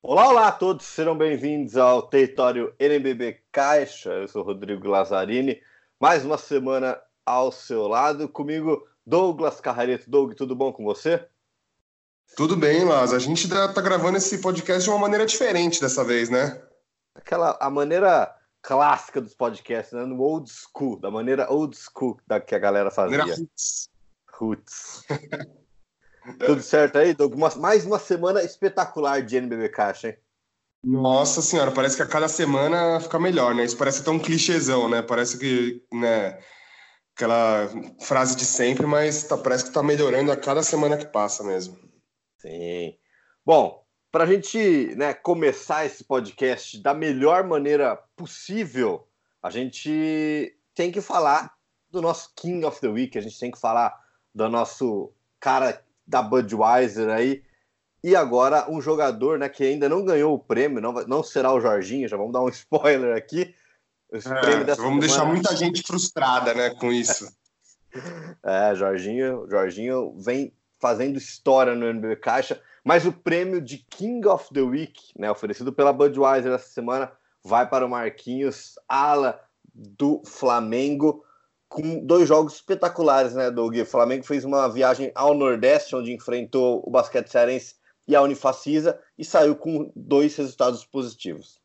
Olá, olá a todos, serão bem-vindos ao Território NBB Caixa. Eu sou Rodrigo Lazzarini, mais uma semana ao seu lado, comigo Douglas Carrareto. Doug, tudo bom com você? Tudo bem, Laz. A gente tá gravando esse podcast de uma maneira diferente dessa vez, né? A maneira clássica dos podcasts, né? No old school, da maneira old school que a galera Maneira fazia. roots. Roots. Tudo certo aí, Doug? Mais uma semana espetacular de NBB Caixa, hein? Nossa senhora, parece que a cada semana fica melhor, né? Isso parece tão clichêzão, né? Parece que, né, aquela frase de sempre, mas parece que tá melhorando a cada semana que passa mesmo. Sim. Bom, para a gente, né, começar esse podcast da melhor maneira possível, a gente tem que falar do nosso King of the Week, a gente tem que falar do nosso cara da Budweiser aí. E agora um jogador, né, que ainda não ganhou o prêmio, não será o Jorginho, já vamos dar um spoiler aqui. O prêmio dessa Vamos deixar semana. muita gente frustrada, né, com isso. Jorginho vem fazendo história no NBB Caixa, mas o prêmio de King of the Week, né, oferecido pela Budweiser essa semana, vai para o Marquinhos, ala do Flamengo, com 2 jogos espetaculares, né, Doug? O Flamengo fez uma viagem ao Nordeste, onde enfrentou o Basquete Cearense e a Unifacisa, e saiu com 2 resultados positivos.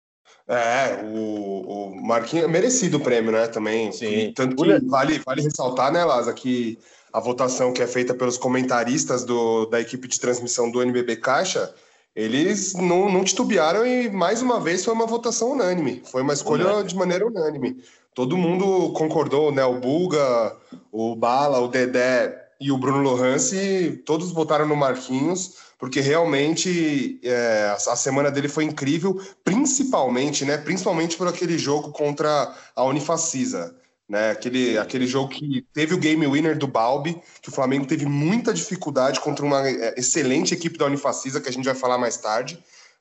O Marquinhos é merecido o prêmio, né, também. Sim. Tanto que vale ressaltar, né, Laza, que a votação que é feita pelos comentaristas da equipe de transmissão do NBB Caixa, eles não titubearam e, mais uma vez, foi uma votação unânime. Foi uma escolha de maneira unânime. Todo mundo concordou, né, o Bulga, o Bala, o Dedé e o Bruno Lohance, todos votaram no Marquinhos, porque realmente a semana dele foi incrível, principalmente por aquele jogo contra a Unifacisa, né? Aquele jogo que teve o game winner do Balbi, que o Flamengo teve muita dificuldade contra uma excelente equipe da Unifacisa, que a gente vai falar mais tarde,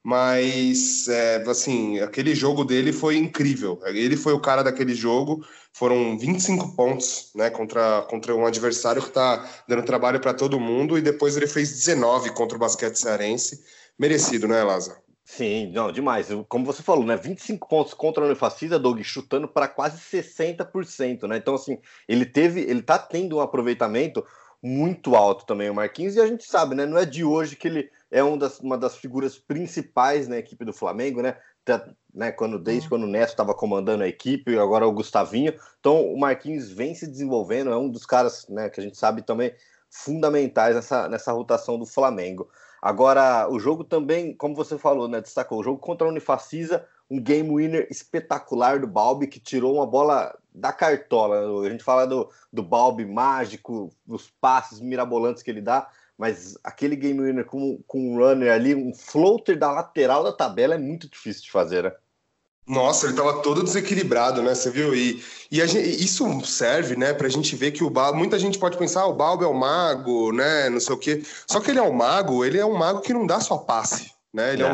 mas assim, aquele jogo dele foi incrível. Ele foi o cara daquele jogo. Foram 25 pontos, né, contra um adversário que está dando trabalho para todo mundo, e depois ele fez 19 contra o Basquete Cearense. Merecido, né, Lázaro? Sim, não, demais. Como você falou, né? 25 pontos contra a Unifacisa, Doug, chutando para quase 60%, né? Então, assim, ele tá tendo um aproveitamento muito alto também, o Marquinhos, e a gente sabe, né? Não é de hoje que ele é uma das figuras principais na equipe do Flamengo, né? Né, desde quando o Neto estava comandando a equipe, e agora o Gustavinho. Então, o Marquinhos vem se desenvolvendo, é um dos caras, né, que a gente sabe também fundamentais nessa rotação do Flamengo. Agora, o jogo também, como você falou, né, destacou, o jogo contra a Unifacisa, um game winner espetacular do Balbi, que tirou uma bola da cartola. A gente fala do Balbi mágico, dos passes mirabolantes que ele dá, mas aquele game winner com um runner ali, um floater da lateral da tabela é muito difícil de fazer, né? Nossa, ele estava todo desequilibrado, né? Você viu? Isso serve, né, para a gente ver que o Balbo. Muita gente pode pensar, o Balbo é o mago, né? Não sei o quê. Só que ele é um mago que não dá só passe, né? Ele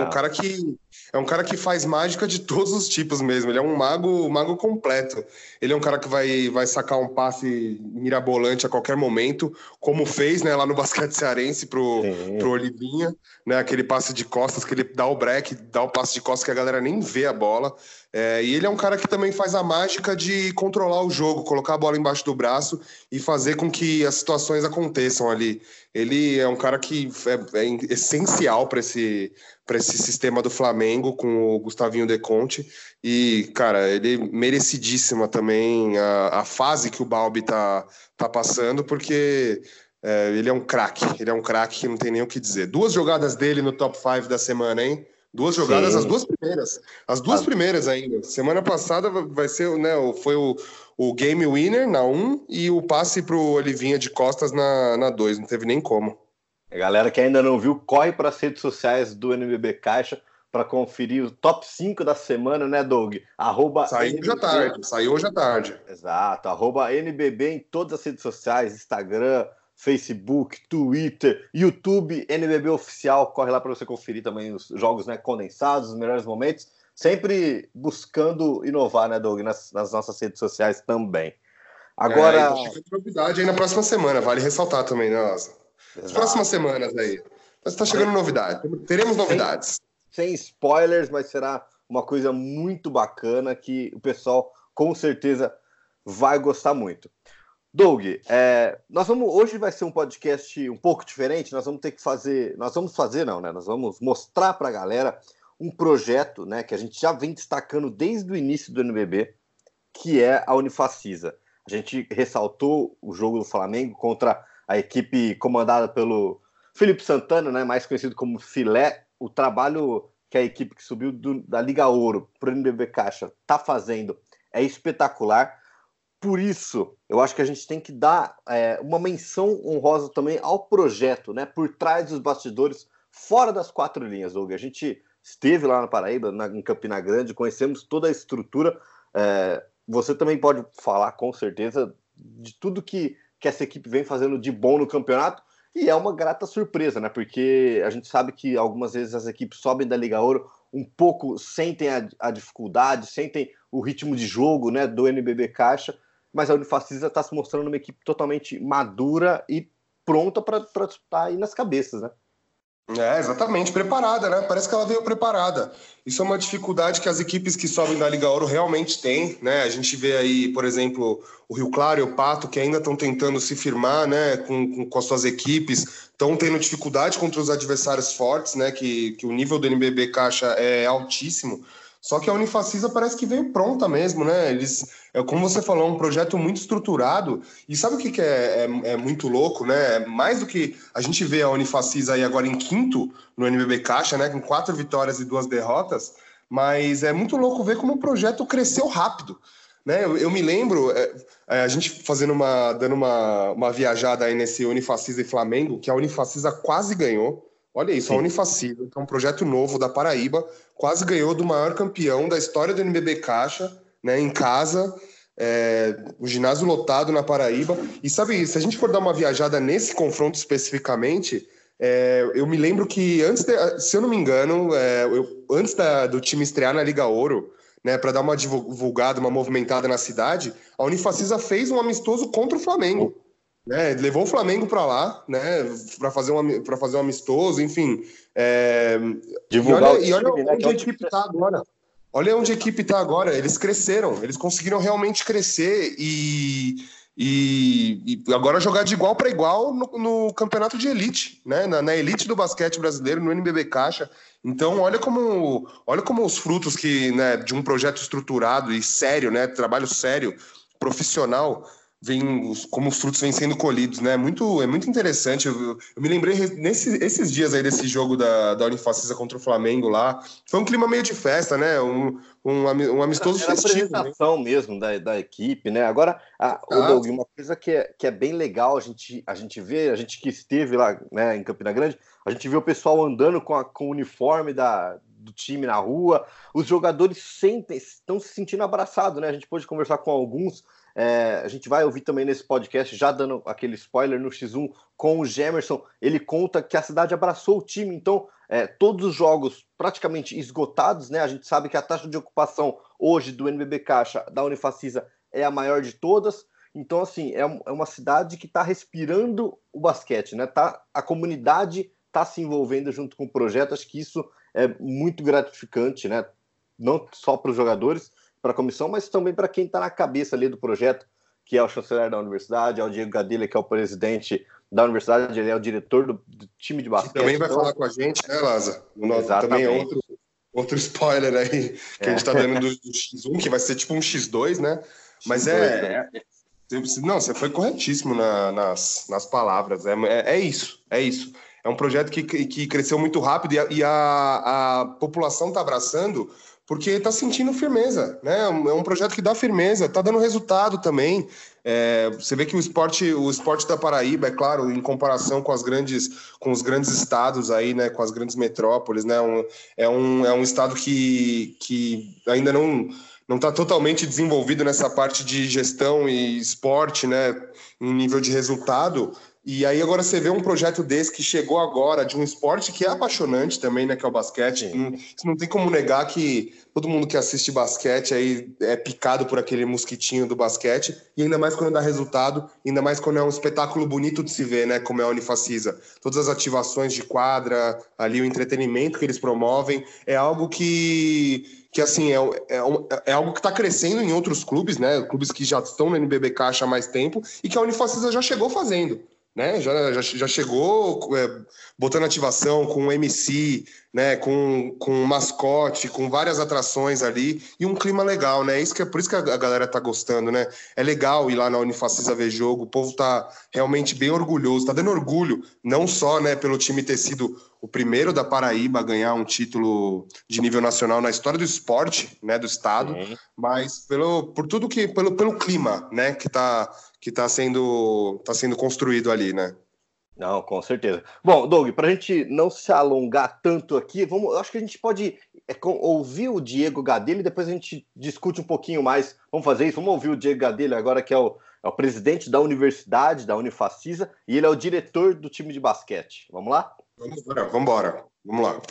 é um cara que faz mágica de todos os tipos mesmo. Ele é um mago completo. Ele é um cara que vai sacar um passe mirabolante a qualquer momento, como fez, né, lá no Basquete Cearense pro Olivinha, né? Aquele passe de costas que ele dá o break, dá o passe de costas que a galera nem vê a bola. E ele é um cara que também faz a mágica de controlar o jogo, colocar a bola embaixo do braço e fazer com que as situações aconteçam ali. Ele é um cara que é essencial para esse sistema do Flamengo com o Gustavinho De Conte. E, cara, ele merecidíssima também a fase que o Balbi tá passando, porque ele é um craque. Ele é um craque que não tem nem o que dizer. 2 jogadas dele no top 5 da semana, hein? 2 jogadas, as 2 primeiras. As 2 primeiras ainda. Semana passada vai ser, né? Foi o game winner na 1 e o passe pro Olivinha de costas na 2. Não teve nem como. A galera que ainda não viu, corre para as redes sociais do NBB Caixa para conferir o top 5 da semana, né, Doug? Saiu hoje à tarde. Exato, @NBB em todas as redes sociais, Instagram, Facebook, Twitter, YouTube, NBB Oficial. Corre lá para você conferir também os jogos, né, condensados, os melhores momentos. Sempre buscando inovar, né, Doug, nas nossas redes sociais também. Agora. Tá chegando novidade aí na próxima semana, vale ressaltar também, né, Nossa? As próximas semanas aí. Mas tá chegando novidade, teremos novidades. sem spoilers, mas será uma coisa muito bacana que o pessoal com certeza vai gostar muito. Doug, hoje vai ser um podcast um pouco diferente, nós vamos mostrar para a galera um projeto, né, que a gente já vem destacando desde o início do NBB, que é a Unifacisa. A gente ressaltou o jogo do Flamengo contra a equipe comandada pelo Felipe Santana, né, mais conhecido como Filé. O trabalho que a equipe que subiu da Liga Ouro para o NBB Caixa está fazendo é espetacular. Por isso, eu acho que a gente tem que dar uma menção honrosa também ao projeto, né, por trás dos bastidores, fora das quatro linhas, Doug. A gente esteve lá na Paraíba, em Campina Grande, conhecemos toda a estrutura. Você também pode falar, com certeza, de tudo que essa equipe vem fazendo de bom no campeonato, e é uma grata surpresa, né? Porque a gente sabe que algumas vezes as equipes sobem da Liga Ouro um pouco, sentem a dificuldade, sentem o ritmo de jogo, né, do NBB Caixa, mas a Unifacisa está se mostrando uma equipe totalmente madura e pronta para disputar aí nas cabeças, né? Exatamente, preparada, né? Parece que ela veio preparada. Isso é uma dificuldade que as equipes que sobem da Liga Ouro realmente têm, né? A gente vê aí, por exemplo, o Rio Claro e o Pato, que ainda estão tentando se firmar, né, com as suas equipes, estão tendo dificuldade contra os adversários fortes, né? Que o nível do NBB Caixa é altíssimo. Só que a Unifacisa parece que veio pronta mesmo, né? Como você falou, é um projeto muito estruturado. E sabe o que é muito louco, né? Mais do que a gente vê a Unifacisa aí agora em quinto no NBB Caixa, né? Com 4 vitórias e 2 derrotas. Mas é muito louco ver como o projeto cresceu rápido, né? Eu me lembro, a gente dando uma viajada aí nesse Unifacisa e Flamengo, que a Unifacisa quase ganhou. Olha isso, sim. A Unifacisa, que é um projeto novo da Paraíba, quase ganhou do maior campeão da história do NBB Caixa, né, em casa, o ginásio lotado na Paraíba. E sabe, se a gente for dar uma viajada nesse confronto especificamente, eu me lembro que, se eu não me engano, antes do time estrear na Liga Ouro, né, para dar uma divulgada, uma movimentada na cidade, a Unifacisa fez um amistoso contra o Flamengo. Né, levou o Flamengo para lá, né, para fazer um amistoso, enfim. Divulgar e olha onde a equipe está agora. Olha onde a equipe está agora. Eles cresceram, eles conseguiram realmente crescer e agora jogar de igual para igual no campeonato de elite, né, na elite do basquete brasileiro, no NBB Caixa. Então, olha como os frutos de um projeto estruturado e sério, né, trabalho sério, profissional, como os frutos vêm sendo colhidos, né? É muito interessante. Eu me lembrei esses dias aí desse jogo da Unifacisa contra o Flamengo lá. Foi um clima meio de festa, né? Um amistoso festivo. Era a apresentação, né, mesmo da equipe, né? Agora, Doug, uma coisa que é bem legal, a gente vê, a gente que esteve lá, né, em Campina Grande, a gente vê o pessoal andando com o uniforme do time na rua, os jogadores estão se sentindo abraçados, né? A gente pôde conversar com alguns. A gente vai ouvir também nesse podcast, já dando aquele spoiler no X1 com o Gemerson. Ele conta que a cidade abraçou o time, então todos os jogos praticamente esgotados, né? A gente sabe que a taxa de ocupação hoje do NBB Caixa, da Unifacisa, é a maior de todas. Então, assim, é uma cidade que está respirando o basquete, né? A comunidade está se envolvendo junto com o projeto. Acho que isso é muito gratificante, né? Não só para os jogadores, para a comissão, mas também para quem está na cabeça ali do projeto, que é o chanceler da universidade, é o Diego Gadelha, que é o presidente da universidade, ele é o diretor do time de basquete. Que também vai falar com a gente, né, Lázaro? Também é outro spoiler aí que a gente está dando do X1, que vai ser tipo um X2, né? Mas não, você foi corretíssimo nas palavras. É isso. É um projeto que cresceu muito rápido e a população está abraçando porque está sentindo firmeza, né? É um projeto que dá firmeza, está dando resultado também. Você vê que o esporte da Paraíba, é claro, em comparação com os grandes estados aí, né? Com as grandes metrópoles, né? É um estado que ainda não está totalmente desenvolvido nessa parte de gestão e esporte, né? Em nível de resultado. E aí agora você vê um projeto desse que chegou agora, de um esporte que é apaixonante também, né, que é o basquete. Isso não tem como negar que todo mundo que assiste basquete aí é picado por aquele mosquitinho do basquete, e ainda mais quando dá resultado, ainda mais quando é um espetáculo bonito de se ver, né, como é a Unifacisa. Todas as ativações de quadra, ali o entretenimento que eles promovem, é algo que assim, é algo que está crescendo em outros clubes, né, clubes que já estão no NBB Caixa há mais tempo, e que a Unifacisa já chegou fazendo. Né? Já chegou botando ativação com um MC, né? com um mascote, com várias atrações ali e um clima legal, né? Por isso que a galera tá gostando, né? É legal ir lá na Unifacisa ver jogo, o povo tá realmente bem orgulhoso, tá dando orgulho, não só, né, pelo time ter sido o primeiro da Paraíba a ganhar um título de nível nacional na história do esporte, né, do estado, sim, mas por tudo pelo clima, né, que tá sendo construído ali, né? Não, com certeza. Bom, Doug, para a gente não se alongar tanto aqui, acho que a gente pode ouvir o Diego Gadelha e depois a gente discute um pouquinho mais. Vamos fazer isso? Vamos ouvir o Diego Gadelha agora, que é o presidente da universidade, da Unifacisa, e ele é o diretor do time de basquete. Vamos lá? Vamos embora. Vamos lá.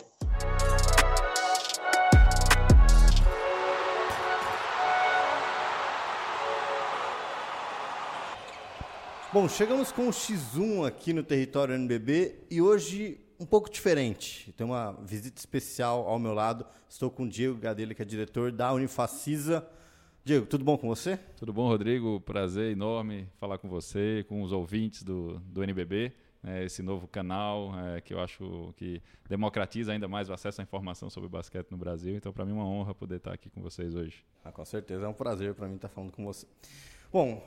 Bom, chegamos com o X1 aqui no território NBB e hoje um pouco diferente. Tem uma visita especial ao meu lado. Estou com o Diego Gadelha, que é diretor da Unifacisa. Diego, tudo bom com você? Tudo bom, Rodrigo. Prazer enorme falar com você, com os ouvintes do NBB. Esse novo canal que eu acho que democratiza ainda mais o acesso à informação sobre basquete no Brasil. Então, para mim é uma honra poder estar aqui com vocês hoje. Com certeza, é um prazer para mim estar falando com você. Bom,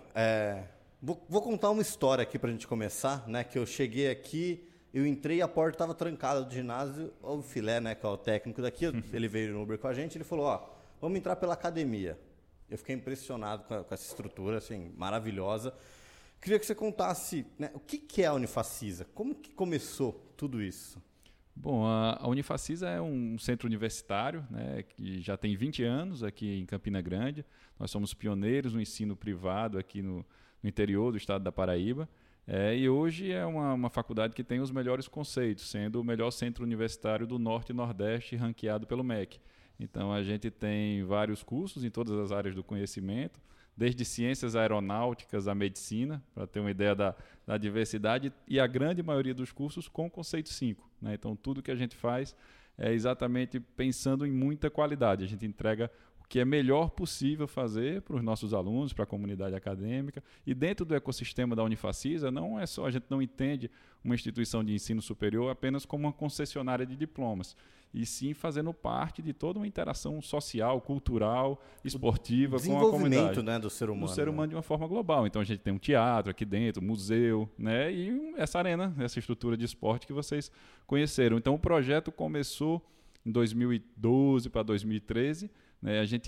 Vou contar uma história aqui para a gente começar, né? Que eu cheguei aqui, eu entrei e a porta estava trancada do ginásio. O Filé, né? Que é o técnico daqui, ele veio no Uber com a gente, ele falou, vamos entrar pela academia. Eu fiquei impressionado com essa estrutura, assim, maravilhosa. Queria que você contasse, né, o que é a Unifacisa? Como que começou tudo isso? Bom, a Unifacisa é um centro universitário, né, que já tem 20 anos aqui em Campina Grande. Nós somos pioneiros no ensino privado aqui no interior do estado da Paraíba, e hoje é uma faculdade que tem os melhores conceitos, sendo o melhor centro universitário do Norte e Nordeste ranqueado pelo MEC. Então a gente tem vários cursos em todas as áreas do conhecimento, desde ciências aeronáuticas à medicina, para ter uma ideia da diversidade, e a grande maioria dos cursos com conceito 5. Né? Então tudo que a gente faz é exatamente pensando em muita qualidade. A gente entrega o que é melhor possível fazer para os nossos alunos, para a comunidade acadêmica. E dentro do ecossistema da Unifacisa, não é só, a gente não entende uma instituição de ensino superior apenas como uma concessionária de diplomas, e sim fazendo parte de toda uma interação social, cultural, esportiva com a comunidade. Desenvolvimento, né, do ser humano. Do ser humano de uma forma global. Então a gente tem um teatro aqui dentro, museu, né, e essa arena, essa estrutura de esporte que vocês conheceram. Então o projeto começou em 2012 para 2013, a gente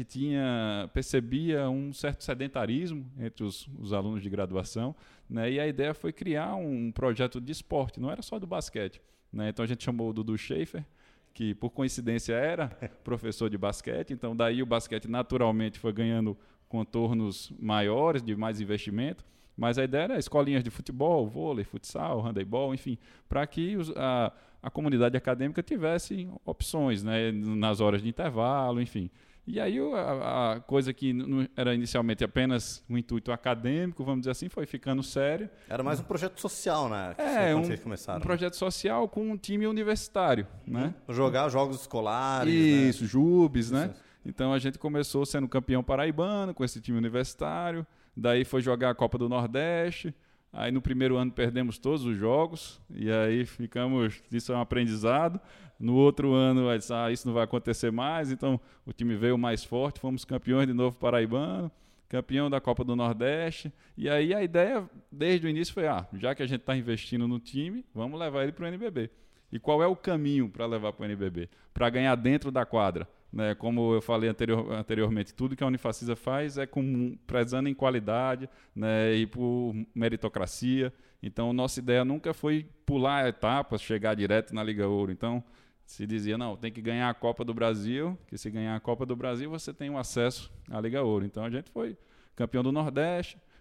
percebia um certo sedentarismo entre os alunos de graduação, né, e a ideia foi criar um projeto de esporte, não era só do basquete. Né, então a gente chamou o Dudu Schaefer, que por coincidência era professor de basquete, então daí o basquete naturalmente foi ganhando contornos maiores, de mais investimento, mas a ideia era escolinhas de futebol, vôlei, futsal, handebol, enfim, para que a comunidade acadêmica tivesse opções, né, nas horas de intervalo, enfim. E aí a coisa que não era inicialmente apenas um intuito acadêmico, vamos dizer assim, foi ficando sério. Era mais um projeto social, né? Quando vocês começaram. Um projeto social com um time universitário, né? Jogar jogos escolares, isso, né? JUBs, né? Então a gente começou sendo campeão paraibano com esse time universitário, daí foi jogar a Copa do Nordeste. Aí no primeiro ano perdemos todos os jogos, e aí isso é um aprendizado. No outro ano, isso não vai acontecer mais, então o time veio mais forte, fomos campeões de novo paraibano, campeão da Copa do Nordeste, e aí a ideia desde o início foi, já que a gente está investindo no time, vamos levar ele para o NBB. E qual é o caminho para levar para o NBB? Para ganhar dentro da quadra. Né, como eu falei anteriormente, tudo que a Unifacisa faz é prezando em qualidade, né, e por meritocracia. Então, nossa ideia nunca foi pular etapas, chegar direto na Liga Ouro. Então, se dizia, não, tem que ganhar a Copa do Brasil, que se ganhar a Copa do Brasil, você tem um acesso à Liga Ouro. Então, a gente foi campeão do Nordeste,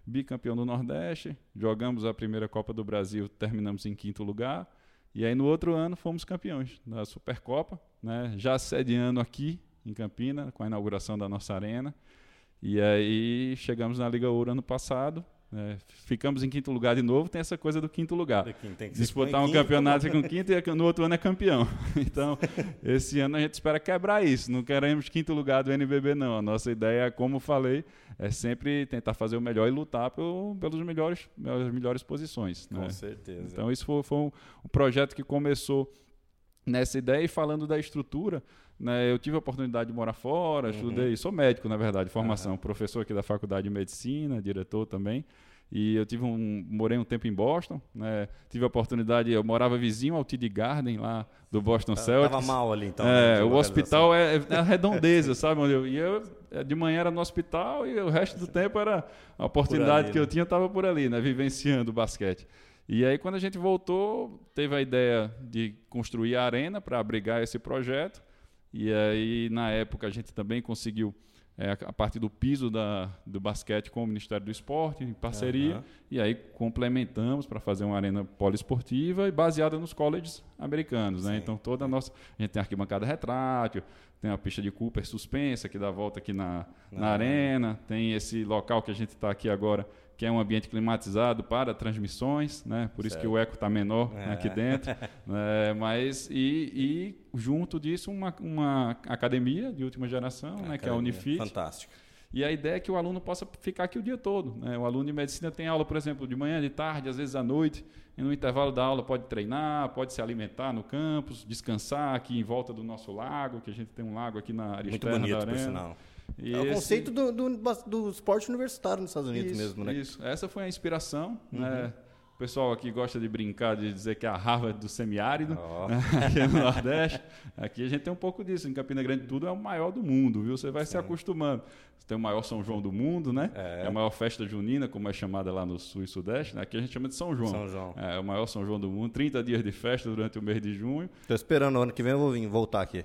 bicampeão do Nordeste, jogamos a primeira Copa do Brasil, terminamos em 5º lugar, e aí no outro ano fomos campeões da Supercopa, né? Já sediando aqui em Campina, com a inauguração da nossa arena, e aí chegamos na Liga Ouro ano passado, ficamos em 5º lugar de novo, tem essa coisa do 5º lugar. Disputar um campeonato com 5º e no outro ano é campeão. Então, esse ano a gente espera quebrar isso. Não queremos 5º lugar do NBB, não. A nossa ideia, como falei, é sempre tentar fazer o melhor e lutar pelas melhores posições. Com né? certeza. Então, isso foi um projeto que começou nessa ideia. E falando da estrutura, né, eu tive a oportunidade de morar fora, estudei, sou médico, na verdade, de formação, professor aqui da Faculdade de Medicina, diretor também, e eu morei um tempo em Boston, né, tive a oportunidade, eu morava vizinho ao TD Garden, lá do Boston Celtics. Tava mal ali, então. O hospital é a redondeza, sabe? E eu, de manhã era no hospital e o resto do tempo era a oportunidade que eu tinha, estava por ali, né, vivenciando o basquete. E aí, quando a gente voltou, teve a ideia de construir a arena para abrigar esse projeto. E aí, na época, a gente também conseguiu a parte do piso do basquete com o Ministério do Esporte, em parceria. E aí, complementamos para fazer uma arena poliesportiva e baseada nos colleges americanos. Né? Então, a gente tem arquibancada retrátil, tem a pista de Cooper suspensa, que dá a volta aqui na arena. Tem esse local que a gente está aqui agora, que é um ambiente climatizado para transmissões, né? Por isso que o eco está menor aqui dentro. Mas junto disso, uma academia de última geração, né? Que é a Unifit. Fantástico. E a ideia é que o aluno possa ficar aqui o dia todo. Né? O aluno de medicina tem aula, por exemplo, de manhã, de tarde, às vezes à noite. E no intervalo da aula pode treinar, pode se alimentar no campus, descansar aqui em volta do nosso lago, que a gente tem um lago aqui na área externa da arena. Muito bonito, por sinal. É o conceito do esporte universitário nos Estados Unidos mesmo, né? Isso, essa foi a inspiração, né? O pessoal aqui gosta de brincar, de dizer que é a Harvard do semiárido, né? Aqui no Nordeste. Aqui a gente tem um pouco disso. Em Campina Grande tudo é o maior do mundo, viu? Você vai se acostumando. Você tem o maior São João do mundo, né? É a maior festa junina, como é chamada lá no Sul e Sudeste. Né? Aqui a gente chama de São João. São João. É o maior São João do mundo. 30 dias de festa durante o mês de junho. Estou esperando o ano que vem eu vou voltar aqui.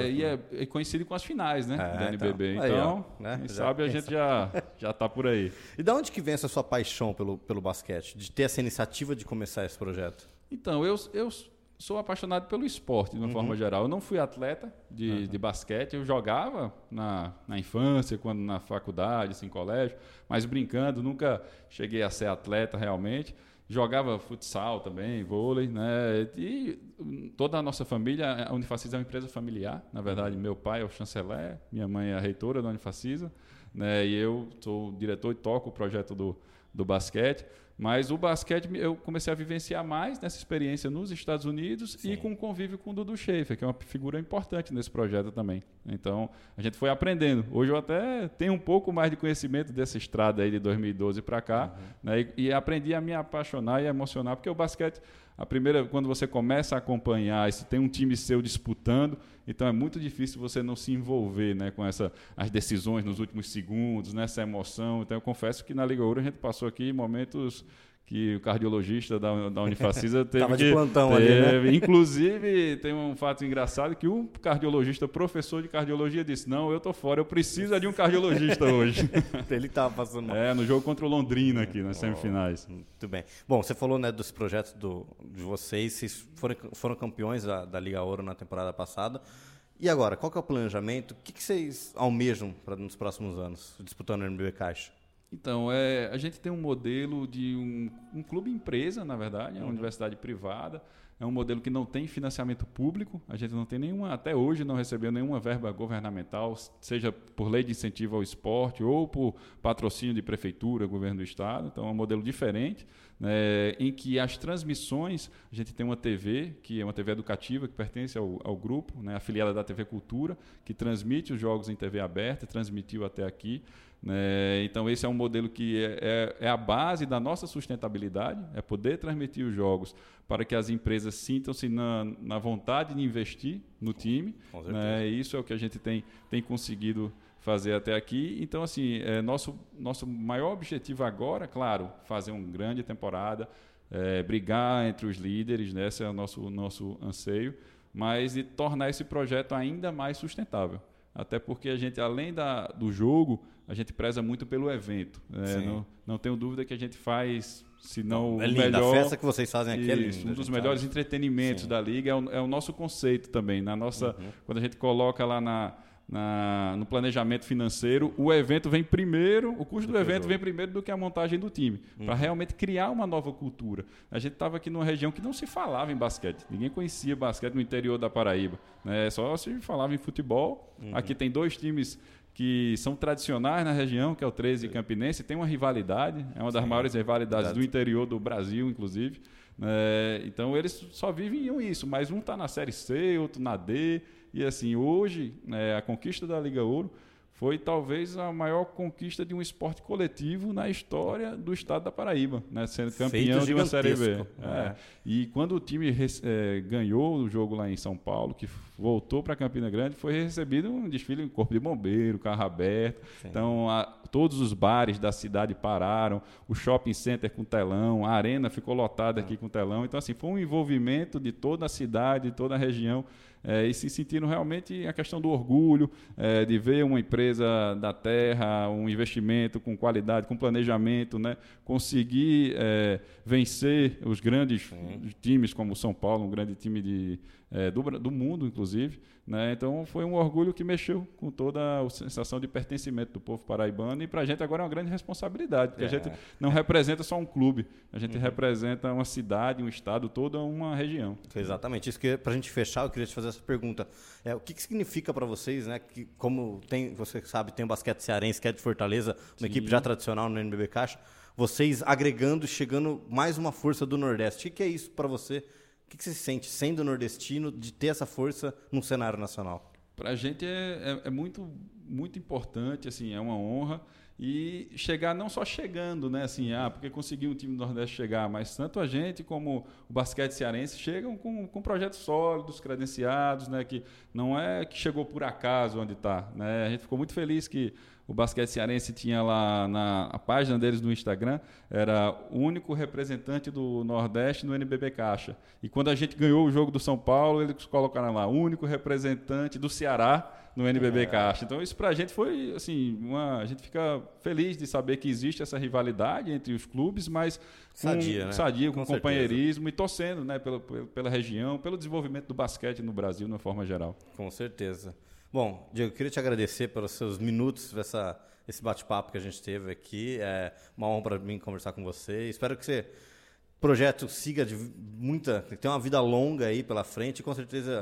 E coincide com as finais, né? Da NBB. Então, quem sabe a gente já está por aí. E de onde que vem essa sua paixão pelo basquete? De ter essa iniciativa de começar esse projeto? Então, eu sou apaixonado pelo esporte, de uma forma geral. Eu não fui atleta de basquete, eu jogava na infância, quando na faculdade, assim, em colégio, mas brincando, nunca cheguei a ser atleta realmente. Jogava futsal também, vôlei, né? E toda a nossa família, a Unifacisa é uma empresa familiar, na verdade, meu pai é o chanceler, minha mãe é a reitora da Unifacisa, né? E eu sou o diretor e toco o projeto do basquete. Mas o basquete eu comecei a vivenciar mais nessa experiência nos Estados Unidos e com o convívio com o Dudu Schaefer, que é uma figura importante nesse projeto também. Então, a gente foi aprendendo. Hoje eu até tenho um pouco mais de conhecimento dessa estrada aí de 2012 para cá, né? E aprendi a me apaixonar e a emocionar, porque o basquete, quando você começa a acompanhar, se tem um time seu disputando, então é muito difícil você não se envolver, né, com as decisões nos últimos segundos, nessa emoção. Então eu confesso que na Liga Ouro a gente passou aqui momentos que o cardiologista da Unifacisa teve Tava de plantão ali, né? Inclusive, tem um fato engraçado que um cardiologista, professor de cardiologia, disse: não, eu tô fora, eu preciso de um cardiologista hoje. Ele estava passando mal. No jogo contra o Londrina aqui, nas semifinais. Muito bem. Bom, você falou, né, dos projetos de vocês foram campeões da Liga Ouro na temporada passada. E agora, qual que é o planejamento? O que vocês almejam nos próximos anos, disputando o NBB Caixa? Então, a gente tem um modelo de um clube empresa, na verdade, é uma universidade privada, é um modelo que não tem financiamento público, a gente não tem até hoje não recebeu nenhuma verba governamental, seja por lei de incentivo ao esporte ou por patrocínio de prefeitura, governo do estado, então é um modelo diferente, né, em que as transmissões, a gente tem uma TV, que é uma TV educativa, que pertence ao grupo, né, afiliada da TV Cultura, que transmite os jogos em TV aberta, transmitiu até aqui. Então esse é um modelo que é a base da nossa sustentabilidade, é poder transmitir os jogos para que as empresas sintam-se na vontade de investir no time, né? Isso é o que a gente tem conseguido fazer até aqui. Então, assim, nosso maior objetivo agora, claro, fazer uma grande temporada, brigar entre os líderes, né? Esse é o nosso anseio, mas de tornar esse projeto ainda mais sustentável. Até porque a gente, além do jogo, a gente preza muito pelo evento. Não tenho dúvida que a gente faz, se não o linda. melhor... A festa que vocês fazem aqui é linda. Um dos melhores entretenimentos da Liga é o nosso conceito também. Quando a gente coloca lá no planejamento financeiro, o evento vem primeiro, o custo do evento vem primeiro do que a montagem do time, para realmente criar uma nova cultura. A gente estava aqui numa região que não se falava em basquete, ninguém conhecia basquete no interior da Paraíba, né? Só se falava em futebol. Aqui tem 2 times que são tradicionais na região, que é o 13 e Campinense, tem uma rivalidade, é uma das maiores rivalidades do interior do Brasil, inclusive. Então eles só viviam isso, mas um está na Série C, outro na D. E assim, hoje, a conquista da Liga Ouro foi talvez a maior conquista de um esporte coletivo na história do estado da Paraíba, né? Sendo campeão de uma Série B. E quando o time ganhou o jogo lá em São Paulo, que voltou para Campina Grande, foi recebido um desfile em corpo de bombeiro, carro aberto. Sim. Então, todos os bares da cidade pararam, o shopping center com telão, a arena ficou lotada aqui com telão. Então, assim, foi um envolvimento de toda a cidade, de toda a região, e se sentindo realmente a questão do orgulho, de ver uma empresa da terra, um investimento com qualidade, com planejamento, né, conseguir vencer os grandes times como o São Paulo, um grande time do mundo, inclusive, né? Então foi um orgulho que mexeu com toda a sensação de pertencimento do povo paraibano, e para a gente agora é uma grande responsabilidade, porque a gente não representa só um clube, a gente representa uma cidade, um estado, toda uma região. Exatamente, isso que para a gente fechar, eu queria te fazer essa pergunta. O que significa para vocês, né, que como você sabe, tem o basquete cearense, que é de Fortaleza, uma equipe já tradicional no NBB Caixa, vocês agregando, chegando mais uma força do Nordeste. O que é isso para você? O que você se sente, sendo nordestino, de ter essa força num cenário nacional? Para a gente é muito, muito importante, assim, é uma honra. E chegar, não só chegando, né, assim, porque conseguiu um time do Nordeste chegar, mas tanto a gente como o basquete cearense chegam com projetos sólidos, credenciados, né, que não é que chegou por acaso onde está, né? A gente ficou muito feliz que o basquete cearense tinha lá na página deles no Instagram, era o único representante do Nordeste no NBB Caixa. E quando a gente ganhou o jogo do São Paulo, eles colocaram lá, o único representante do Ceará no NBB Caixa. Então isso pra gente foi, assim, a gente fica feliz de saber que existe essa rivalidade entre os clubes, mas sadia, com companheirismo e torcendo, né, pela região, pelo desenvolvimento do basquete no Brasil de uma forma geral. Com certeza. Bom, Diego, eu queria te agradecer pelos seus minutos, esse bate-papo que a gente teve aqui. É uma honra para mim conversar com você. Espero que o projeto siga tenha uma vida longa aí pela frente, e com certeza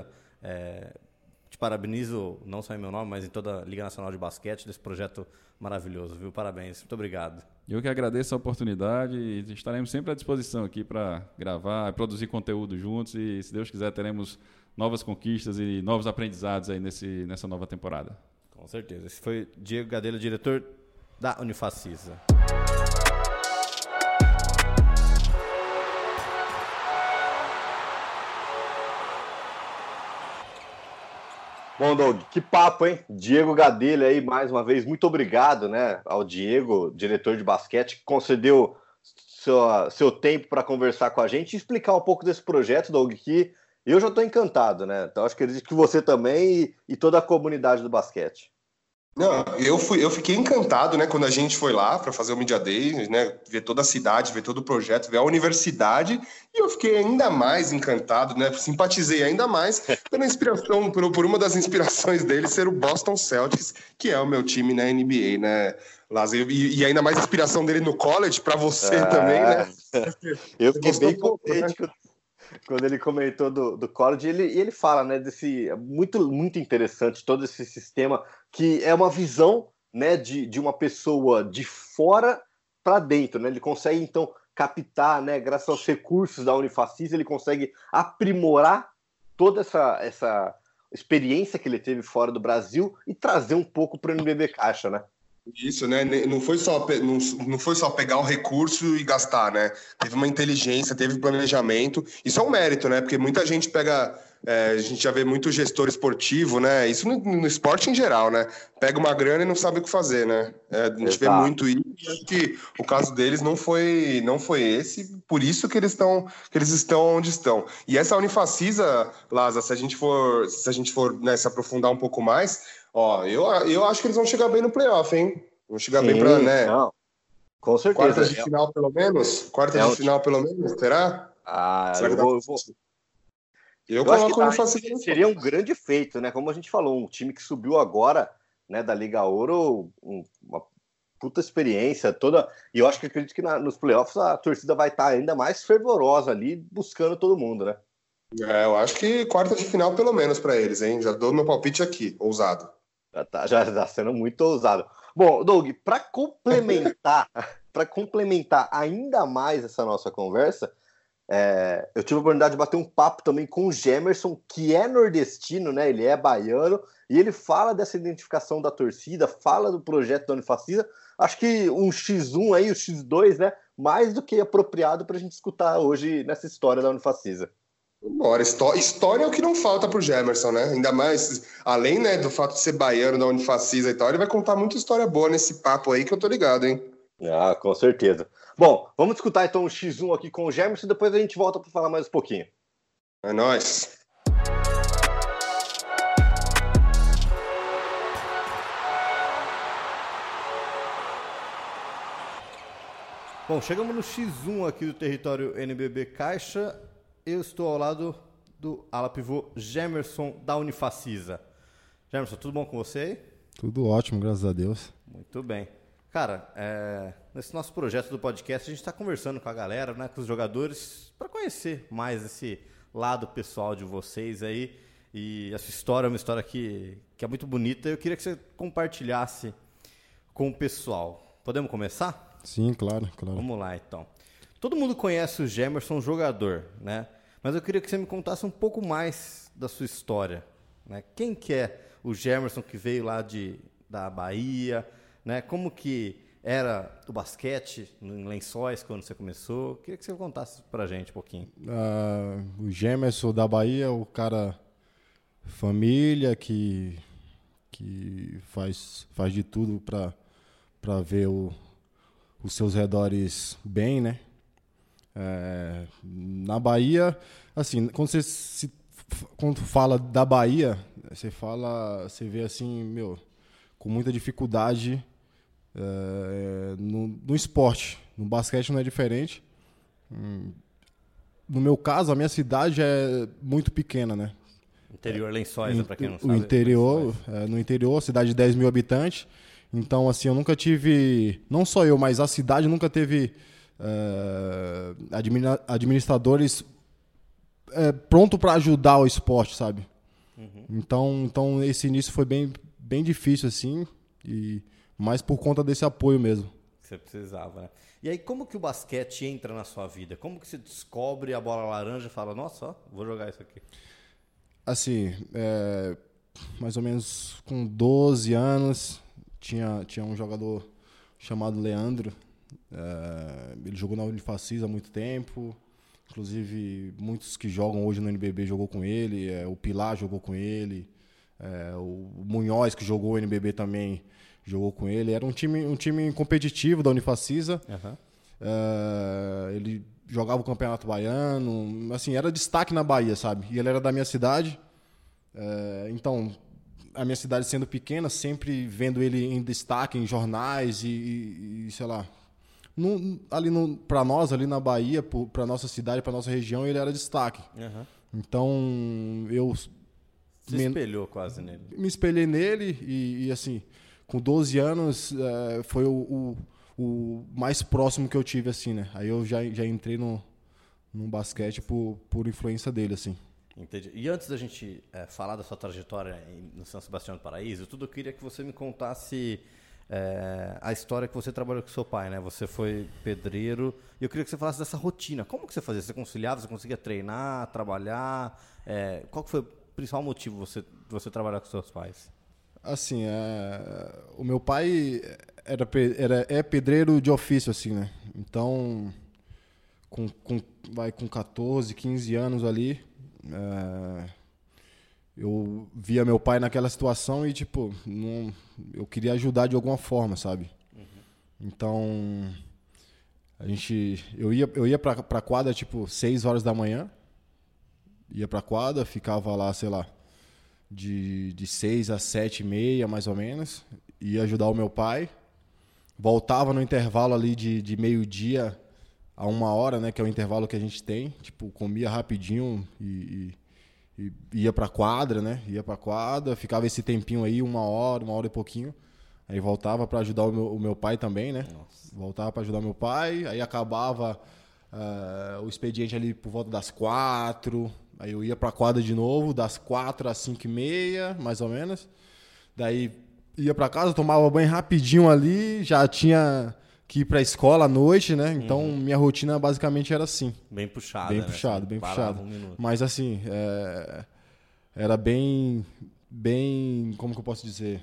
te parabenizo, não só em meu nome, mas em toda a Liga Nacional de Basquete, desse projeto maravilhoso, viu? Parabéns, muito obrigado. Eu que agradeço a oportunidade e estaremos sempre à disposição aqui para gravar, produzir conteúdo juntos, e se Deus quiser teremos novas conquistas e novos aprendizados aí nessa nova temporada. Com certeza. Esse foi Diego Gadelha, diretor da Unifacisa. Bom, Doug, que papo, hein? Diego Gadelha aí, mais uma vez, muito obrigado, né, ao Diego, diretor de basquete, que concedeu seu tempo para conversar com a gente e explicar um pouco desse projeto, Doug, que eu já estou encantado, né? Então acho que acredito que você também e toda a comunidade do basquete. Não, eu fiquei encantado, né, quando a gente foi lá para fazer o Media Day, né, ver toda a cidade, ver todo o projeto, ver a universidade, e eu fiquei ainda mais encantado, né, simpatizei ainda mais pela inspiração, por uma das inspirações dele ser o Boston Celtics, que é o meu time na NBA, né, Lázaro, e ainda mais a inspiração dele no college, para você também, né? Eu fiquei bem contente quando ele comentou do college, ele fala, né, desse muito, muito interessante todo esse sistema, que é uma visão, né, de uma pessoa de fora para dentro, né? Ele consegue então captar, né, graças aos recursos da Unifacisa, ele consegue aprimorar toda essa experiência que ele teve fora do Brasil e trazer um pouco para o NBB Caixa, né? Isso, né? Não foi só pegar o recurso e gastar, né? Teve uma inteligência, teve planejamento. Isso é um mérito, né? Porque muita gente pega... a gente já vê muito gestor esportivo, né? Isso no esporte em geral, né? Pega uma grana e não sabe o que fazer, né? A gente vê muito isso. E acho que o caso deles não foi esse, por isso que eles estão onde estão. E essa Unifacisa, Laza, se a gente for né, se aprofundar um pouco mais, eu acho que eles vão chegar bem no playoff, hein? Vamos chegar bem para, né? Não, com certeza. Quartas de final, pelo menos? Quartas de final, pelo menos? Será? Será que eu coloco no Facisa. Seria um grande feito, né? Como a gente falou, um time que subiu agora, né, da Liga Ouro, uma puta experiência toda. E eu acredito que nos playoffs a torcida vai estar ainda mais fervorosa ali, buscando todo mundo, né? Eu acho que quarta de final, pelo menos, para eles, hein? Já dou meu palpite aqui, ousado. Já está sendo muito ousado. Bom, Doug, para complementar ainda mais essa nossa conversa, eu tive a oportunidade de bater um papo também com o Gemerson, que é nordestino, né? Ele é baiano, e ele fala dessa identificação da torcida, fala do projeto da Unifacisa. Acho que um X1 aí, o X2, né? Mais do que apropriado para a gente escutar hoje nessa história da Unifacisa. Bora, história é o que não falta pro Gemerson, né? Ainda mais, além, né, do fato de ser baiano da Unifacisa e tal, ele vai contar muita história boa nesse papo aí que eu tô ligado, hein? Ah, com certeza. Bom, vamos escutar então o X1 aqui com o Gemerson e depois a gente volta para falar mais um pouquinho. É nóis. Bom, chegamos no X1 aqui do território NBB Caixa. Eu estou ao lado do ala pivô Gemerson da Unifacisa. Gemerson, tudo bom com você aí? Tudo ótimo, graças a Deus. Muito bem. Cara, nesse nosso projeto do podcast, a gente está conversando com a galera, né, com os jogadores, para conhecer mais esse lado pessoal de vocês aí. E essa história é uma história que é muito bonita. Eu queria que você compartilhasse com o pessoal. Podemos começar? Sim, claro. Vamos lá, então. Todo mundo conhece o Gemerson jogador, né? Mas eu queria que você me contasse um pouco mais da sua história, né? Quem que é o Gemerson que veio lá da Bahia, né? Como que era o basquete em Lençóis quando você começou? Queria que você contasse pra gente um pouquinho. O Gemerson da Bahia, o cara família que faz de tudo para ver os seus redores bem, né? Na Bahia, assim, quando fala da Bahia, você vê assim, com muita dificuldade no esporte. No basquete não é diferente. No meu caso, a minha cidade é muito pequena, né? Interior Lençóis, para quem não sabe. No interior, cidade de 10 mil habitantes. Então, assim, eu nunca tive, não só eu, mas a cidade nunca teve administradores pronto para ajudar o esporte, sabe? Uhum. Então esse início foi bem difícil, assim, mas por conta desse apoio mesmo. Você precisava, né? E aí, como que o basquete entra na sua vida? Como que você descobre a bola laranja e fala, nossa, vou jogar isso aqui? Assim, mais ou menos com 12 anos, tinha um jogador chamado Leandro. Ele jogou na Unifacisa há muito tempo. Inclusive, muitos que jogam hoje no NBB jogou com ele. O Pilar jogou com ele. O Munhoz, que jogou no NBB também, jogou com ele. Era um time competitivo da Unifacisa. Uhum. Ele jogava o Campeonato Baiano. Assim, era destaque na Bahia, sabe? E ele era da minha cidade. Então, a minha cidade sendo pequena, sempre vendo ele em destaque em jornais e sei lá. Para nós, ali na Bahia, para nossa cidade, para nossa região, ele era destaque. Uhum. Então, eu... Se espelhou quase nele. Me espelhei nele e assim, com 12 anos, foi o mais próximo que eu tive, assim, né? Aí eu já entrei no basquete por influência dele, assim. Entendi. E antes da gente falar da sua trajetória no São Sebastião do Paraíso, eu queria que você me contasse a história que você trabalhou com seu pai, né? Você foi pedreiro e eu queria que você falasse dessa rotina. Como que você fazia? Você conciliava? Você conseguia treinar, trabalhar? Qual que foi o principal motivo de você trabalhar com seus pais? Assim, o meu pai é pedreiro de ofício, assim, né? Então, com 14, 15 anos ali, eu via meu pai naquela situação e, tipo, eu queria ajudar de alguma forma, sabe? Uhum. Então, eu ia pra quadra, tipo, 6 horas da manhã, ia pra quadra, ficava lá, sei lá, de 6 às 7h30, mais ou menos, ia ajudar o meu pai. voltava no intervalo ali de meio-dia a 1 hora, né? Que é o intervalo que a gente tem. Tipo, comia rapidinho e ia pra quadra, né? Ia pra quadra, ficava esse tempinho aí, 1 hora e pouquinho. Aí voltava pra ajudar o meu pai também, né? Nossa. Voltava pra ajudar meu pai, aí acabava o expediente ali por volta das 4. Aí eu ia pra quadra de novo, das 4 às 5h30, mais ou menos. Daí ia pra casa, tomava banho rapidinho ali, já tinha que ir pra escola à noite, né? Então minha rotina basicamente era assim. Bem puxado, Bem né? puxado, Você bem parava puxado. 1 minuto. Mas assim, era bem, como que eu posso dizer?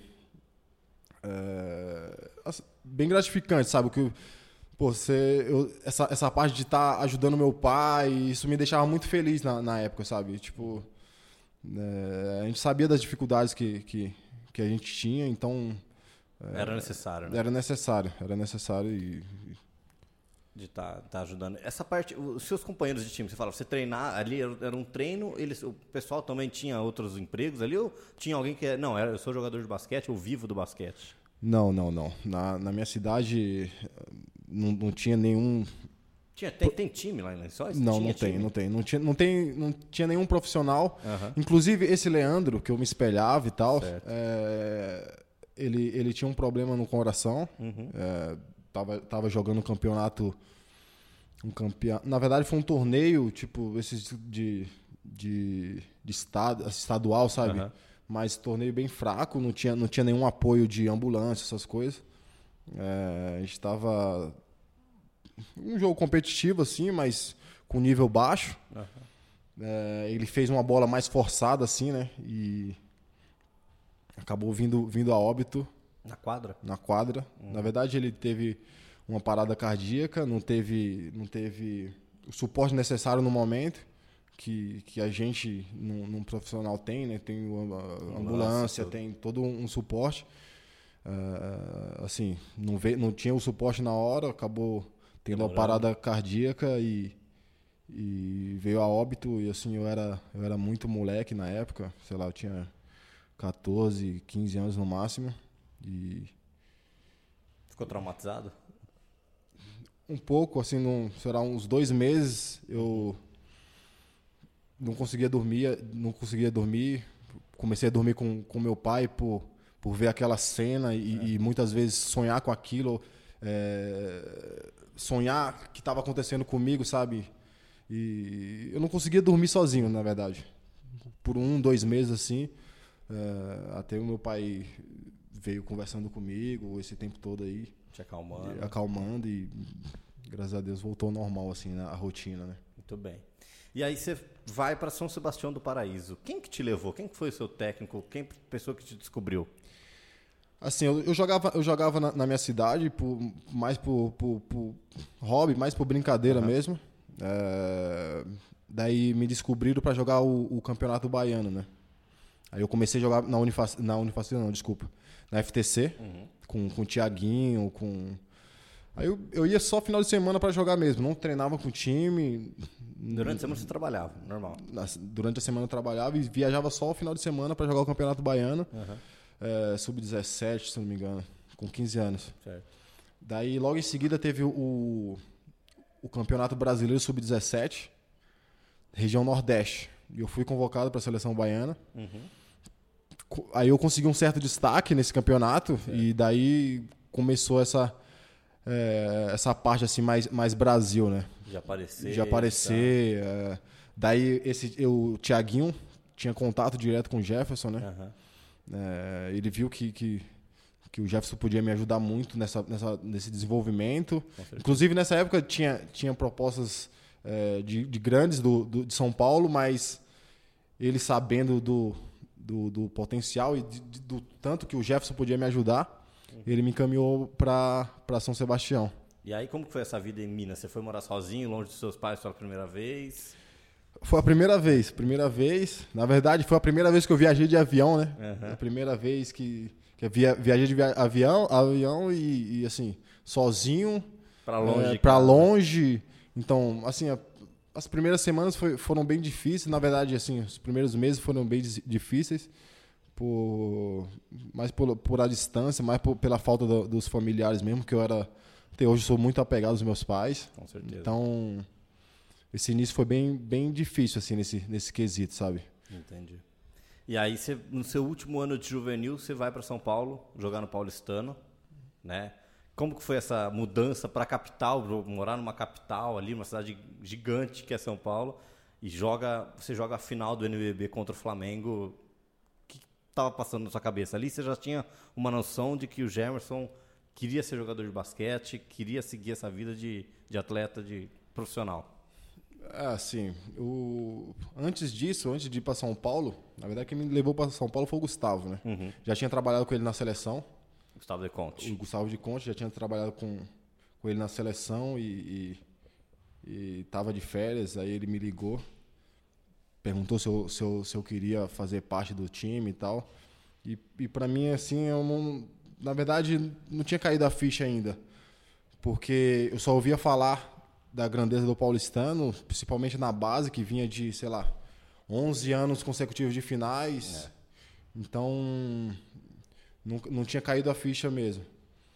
Bem gratificante, sabe? Que, pô, essa parte de estar ajudando meu pai, isso me deixava muito feliz na época, sabe? Tipo, a gente sabia das dificuldades que a gente tinha, então... Era necessário, né? Era necessário e... De estar ajudando. Essa parte, os seus companheiros de time, você fala, você treinar ali, era um treino, o pessoal também tinha outros empregos ali, ou tinha alguém que... Não, eu sou jogador de basquete, eu vivo do basquete. Não. Na minha cidade não tinha nenhum... Tem time lá em Lençóis? Não tinha nenhum profissional. Inclusive, esse Leandro, que eu me espelhava e tal, ele tinha um problema no coração. Tava jogando um campeonato... Na verdade, foi um torneio, tipo, esses de estadual, sabe? Mas torneio bem fraco, não tinha nenhum apoio de ambulância, essas coisas. A gente tava... Um jogo competitivo, assim, mas com nível baixo. Ele fez uma bola mais forçada, assim, né? E acabou vindo a óbito. Na quadra? Na quadra. Na verdade, ele teve uma parada cardíaca, não teve o suporte necessário no momento que a gente, num profissional, tem, né? Tem a ambulância, tem todo um suporte. Assim, não tinha o suporte na hora, acabou tendo uma parada cardíaca e veio a óbito. E assim, eu era muito moleque na época, sei lá, eu tinha 14, 15 anos no máximo. E ficou traumatizado? Um pouco, assim, será uns 2 meses eu não conseguia dormir. Comecei a dormir com meu pai por ver aquela cena e muitas vezes sonhar com aquilo, sonhar que estava acontecendo comigo, sabe? E eu não conseguia dormir sozinho, na verdade. Por 1, 2 meses, assim, até o meu pai veio conversando comigo esse tempo todo aí. Te acalmando. Acalmando e, graças a Deus, voltou ao normal, assim, a rotina, né? Muito bem. E aí você vai para São Sebastião do Paraíso. Quem que te levou? Quem que foi o seu técnico? Quem pessoa que te descobriu? Assim, eu jogava na minha cidade mais por hobby, mais por brincadeira mesmo. Daí me descobriram para jogar o Campeonato Baiano, né? Aí eu comecei a jogar na FTC, com o Thiaguinho, Aí eu ia só final de semana para jogar mesmo, não treinava com o time. Durante a semana você trabalhava, normal? Durante a semana eu trabalhava e viajava só o final de semana para jogar o Campeonato Baiano. Sub-17, se não me engano, com 15 anos. Certo. Daí logo em seguida teve o Campeonato Brasileiro Sub-17, região Nordeste. E eu fui convocado para a seleção baiana. Aí eu consegui um certo destaque nesse campeonato. E daí começou essa parte assim mais Brasil, né? De aparecer. Tá. Daí o Thiaguinho tinha contato direto com o Jefferson, né? Ele viu que o Jefferson podia me ajudar muito nesse desenvolvimento. Inclusive nessa época tinha propostas de grandes de São Paulo, mas ele sabendo do potencial e do tanto que o Jefferson podia me ajudar, ele me encaminhou para São Sebastião. E aí, como que foi essa vida em Minas? Você foi morar sozinho, longe dos seus pais pela primeira vez? Foi a primeira vez. Na verdade, foi a primeira vez que eu viajei de avião, né? A primeira vez que eu viajei de avião e assim, sozinho. Para longe. Então, assim, as primeiras semanas foram bem difíceis. Na verdade, assim, os primeiros meses foram bem difíceis. mais por a distância, mais pela falta dos familiares mesmo, que até hoje sou muito apegado aos meus pais. Com certeza. Então, esse início foi bem difícil, assim, nesse quesito, sabe? Entendi. E aí, no seu último ano de juvenil, você vai para São Paulo, jogar no Paulistano, né? Como que foi essa mudança para a capital, morar numa capital ali, uma cidade gigante que é São Paulo, e você joga a final do NBB contra o Flamengo? O que estava passando na sua cabeça ali? Você já tinha uma noção de que o Gemerson queria ser jogador de basquete, queria seguir essa vida de atleta, de profissional? Sim. Antes disso, antes de ir para São Paulo, na verdade quem me levou para São Paulo foi o Gustavo, né? Uhum. Já tinha trabalhado com ele na seleção. Gustavo de Conte. O Gustavo de Conte, já tinha trabalhado com ele na seleção e estava de férias, aí ele me ligou, perguntou se eu queria fazer parte do time e tal. E para mim, assim, na verdade, não tinha caído a ficha ainda, porque eu só ouvia falar da grandeza do paulistano, principalmente na base, que vinha de, 11 anos consecutivos de finais. Então, não tinha caído a ficha mesmo.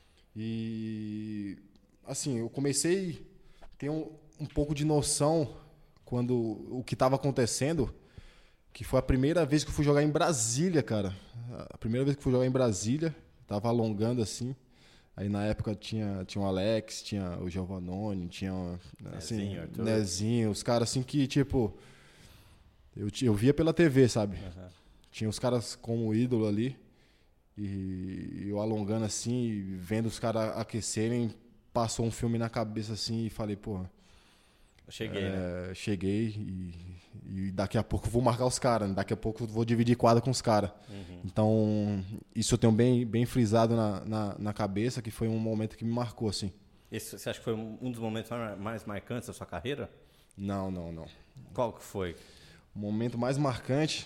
E, assim, eu comecei a ter um pouco de noção quando o que estava acontecendo, que foi a primeira vez que eu fui jogar em Brasília, cara. A primeira vez que eu fui jogar em Brasília, estava alongando assim. Aí na época tinha o Alex, tinha o Giovannone, tinha assim, Nezinho, os caras assim que, tipo, eu via pela TV, sabe? Uhum. Tinha os caras como ídolo ali, e eu alongando assim, vendo os caras aquecerem, passou um filme na cabeça assim e falei, porra, né? Cheguei e daqui a pouco eu vou marcar os caras, daqui a pouco eu vou dividir quadra com os caras. Uhum. Então, isso eu tenho bem frisado na cabeça, que foi um momento que me marcou, assim. Esse, você acha que foi um dos momentos mais marcantes da sua carreira? Não. Qual que foi? O momento mais marcante,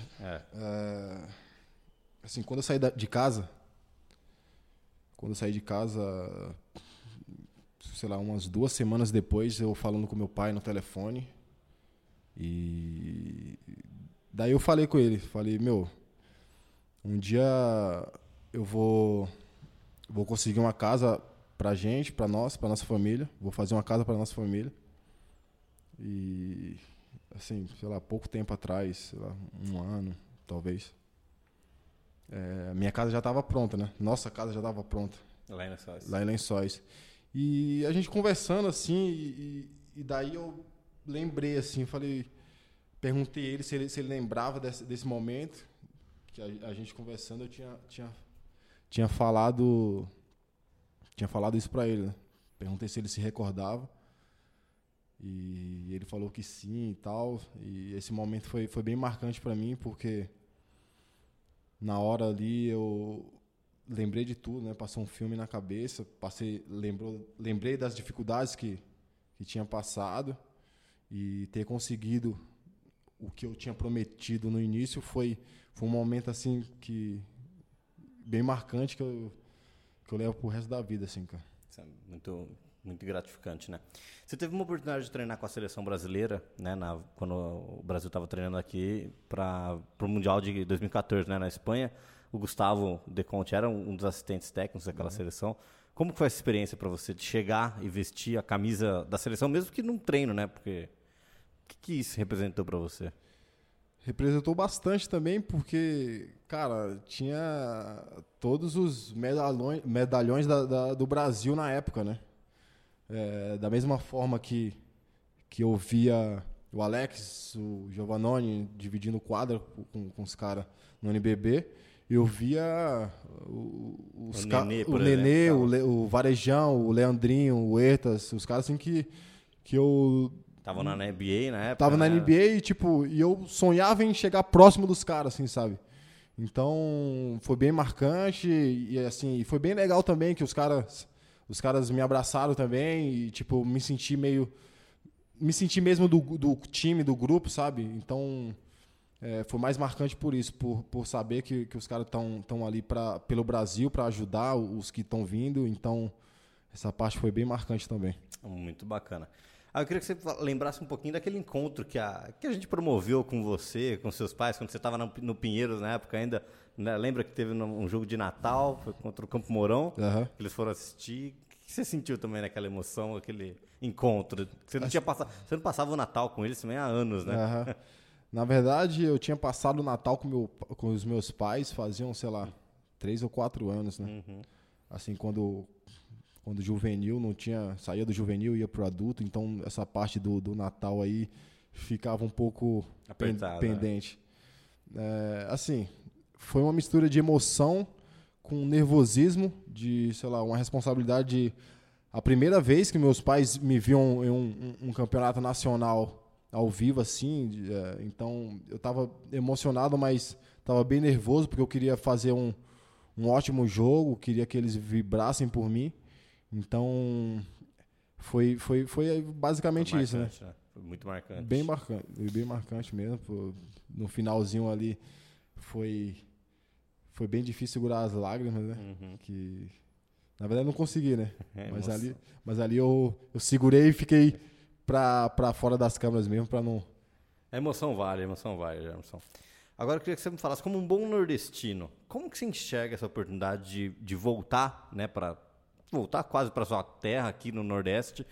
assim, quando eu saí de casa, sei lá, umas 2 semanas depois, eu falando com meu pai no telefone, e daí eu falei com ele, meu, um dia eu vou conseguir uma casa pra gente, pra nossa família, vou fazer uma casa pra nossa família. E, assim, sei lá, pouco tempo atrás, sei lá, 1 ano, talvez, minha casa já estava pronta, né? Nossa casa já estava pronta. Lá em Lençóis. Lá em Lençóis. E a gente conversando assim, e daí eu lembrei assim, perguntei ele se ele lembrava desse momento, que a gente conversando, eu tinha falado isso pra ele, né? Perguntei se ele se recordava, e ele falou que sim e tal, e esse momento foi bem marcante pra mim, porque na hora ali eu lembrei de tudo, né? Passou um filme na cabeça, lembrei das dificuldades que tinha passado, e ter conseguido o que eu tinha prometido no início foi um momento assim que bem marcante, que eu levo pro resto da vida, assim, cara. Isso é muito, muito gratificante, né? Você teve uma oportunidade de treinar com a seleção brasileira, né? Quando o Brasil estava treinando aqui para o Mundial de 2014, né? Na Espanha. O Gustavo de Conte era um dos assistentes técnicos daquela seleção. Como foi essa experiência para você de chegar e vestir a camisa da seleção, mesmo que num treino, né? Porque o que isso representou para você? Representou bastante também, porque, cara, tinha todos os medalhões do Brasil na época, né? Da mesma forma que eu via o Alex, o Giovannone dividindo quadra com os caras no NBB, eu via o Nenê, o Varejão, o Leandrinho, o Ertas, os caras assim que eu... Tava na NBA na época. Tava na NBA e eu sonhava em chegar próximo dos caras, assim, sabe? Então, foi bem marcante e assim, foi bem legal também que os caras me abraçaram também e, tipo, me senti mesmo do time, do grupo, sabe? Então, foi mais marcante por isso, por saber que os caras estão ali pelo Brasil para ajudar os que estão vindo. Então, essa parte foi bem marcante também. Muito bacana. Eu queria que você lembrasse um pouquinho daquele encontro que a gente promoveu com você, com seus pais, quando você estava no Pinheiros na época ainda. Né? Lembra que teve um jogo de Natal, foi contra o Campo Mourão, que eles foram assistir. O que você sentiu também naquela emoção, aquele encontro? Você não passava o Natal com eles também há anos, né? Na verdade, eu tinha passado o Natal com os meus pais, faziam, sei lá, 3 ou 4 anos, né? Assim, quando juvenil não tinha, saía do juvenil e ia pro adulto, então essa parte do Natal aí ficava um pouco pendente. Assim, foi uma mistura de emoção com nervosismo, de, sei lá, uma responsabilidade. A primeira vez que meus pais me viam em um campeonato nacional ao vivo, assim, então eu estava emocionado, mas estava bem nervoso, porque eu queria fazer um ótimo jogo, queria que eles vibrassem por mim. Então, foi basicamente isso, né? Foi muito marcante. Bem marcante mesmo. No finalzinho ali, foi bem difícil segurar as lágrimas, né? Que, na verdade, eu não consegui, né? Mas ali eu segurei e fiquei pra fora das câmeras mesmo, pra não... A emoção vale, Jamerson. Agora eu queria que você me falasse, como um bom nordestino, como que você enxerga essa oportunidade de voltar, né, voltar quase para sua terra aqui no Nordeste,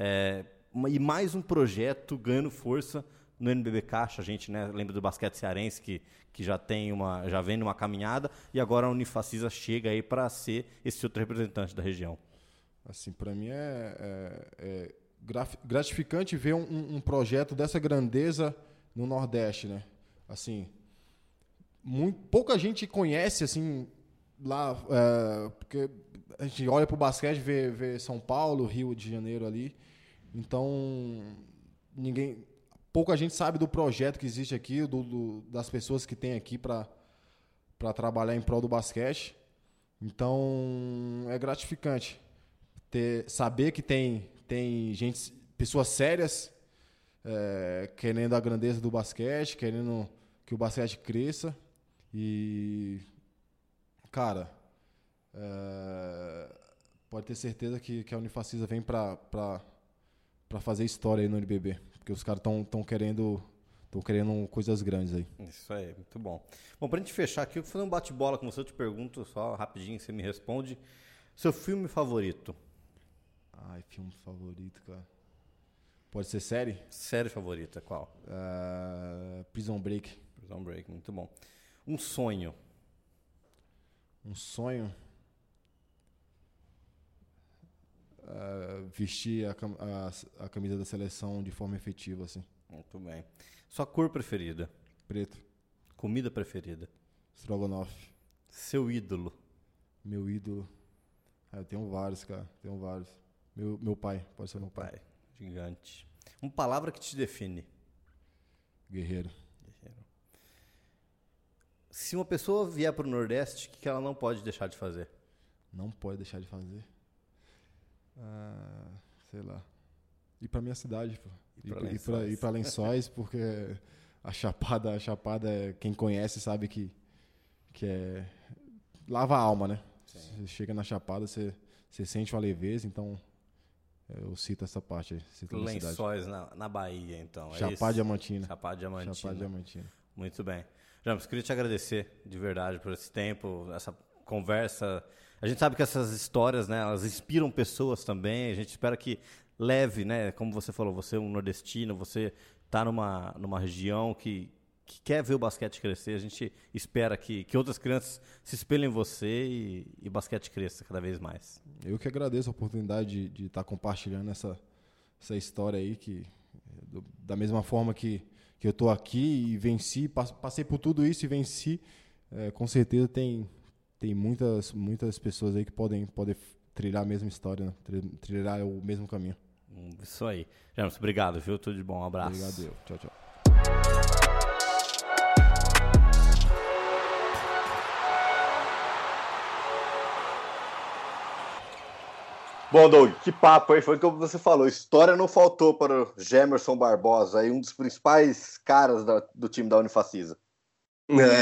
e mais um projeto ganhando força no NBB Caixa? A gente, né, lembra do basquete cearense que já vem numa caminhada, e agora a Unifacisa chega aí para ser esse outro representante da região. Assim, para mim é gratificante ver um projeto dessa grandeza no Nordeste, né? Assim, pouca gente conhece, assim, lá, porque a gente olha para o basquete, vê São Paulo, Rio de Janeiro ali, então pouca gente sabe do projeto que existe aqui, das pessoas que tem aqui para trabalhar em prol do basquete. Então é gratificante saber que tem pessoas sérias querendo a grandeza do basquete, querendo que o basquete cresça. E, cara, pode ter certeza que a Unifacisa vem para fazer história aí no NBB, porque os caras estão querendo coisas grandes aí. Isso aí, muito bom. Bom, pra gente fechar aqui, eu vou fazer um bate-bola com você, eu te pergunto só rapidinho, você me responde. Seu filme favorito? Filme favorito, cara. Pode ser série? Série favorita, qual? Prison Break. Prison Break, muito bom. Um sonho? Um sonho? Vestir a camisa da seleção de forma efetiva, assim. Muito bem. Sua cor preferida? Preto. Comida preferida? Strogonoff. Seu ídolo? Meu ídolo? Eu tenho vários, cara. Meu pai, pode ser meu pai. Gigante. Uma palavra que te define? Guerreiro. Se uma pessoa vier para o Nordeste, o que ela não pode deixar de fazer? Não pode deixar de fazer? Sei lá. Ir pra minha cidade, pô. Ir pra Lençóis, porque a Chapada, quem conhece sabe que é... lava a alma, né? Você chega na Chapada, você sente uma leveza, então eu cito essa parte aí. Lençóis na Bahia, então. Chapada Diamantina. Chapada Diamantina. Muito bem. James, queria te agradecer de verdade por esse tempo, essa conversa. A gente sabe que essas histórias, né, elas inspiram pessoas também. A gente espera que leve, né, como você falou, você é um nordestino, você está numa região que quer ver o basquete crescer. A gente espera que outras crianças se espelhem em você e o basquete cresça cada vez mais. Eu que agradeço a oportunidade de estar compartilhando essa história aí, da mesma forma que eu estou aqui e venci, passei por tudo isso e venci, com certeza tem muitas pessoas aí que podem trilhar a mesma história, né? Trilhar o mesmo caminho. Isso aí. James, obrigado, viu? Tudo de bom. Um abraço. Obrigado. Tchau. Bom, Doug, que papo aí, foi como você falou, história não faltou para o Gemerson Barbosa, aí um dos principais caras do time da Unifacisa.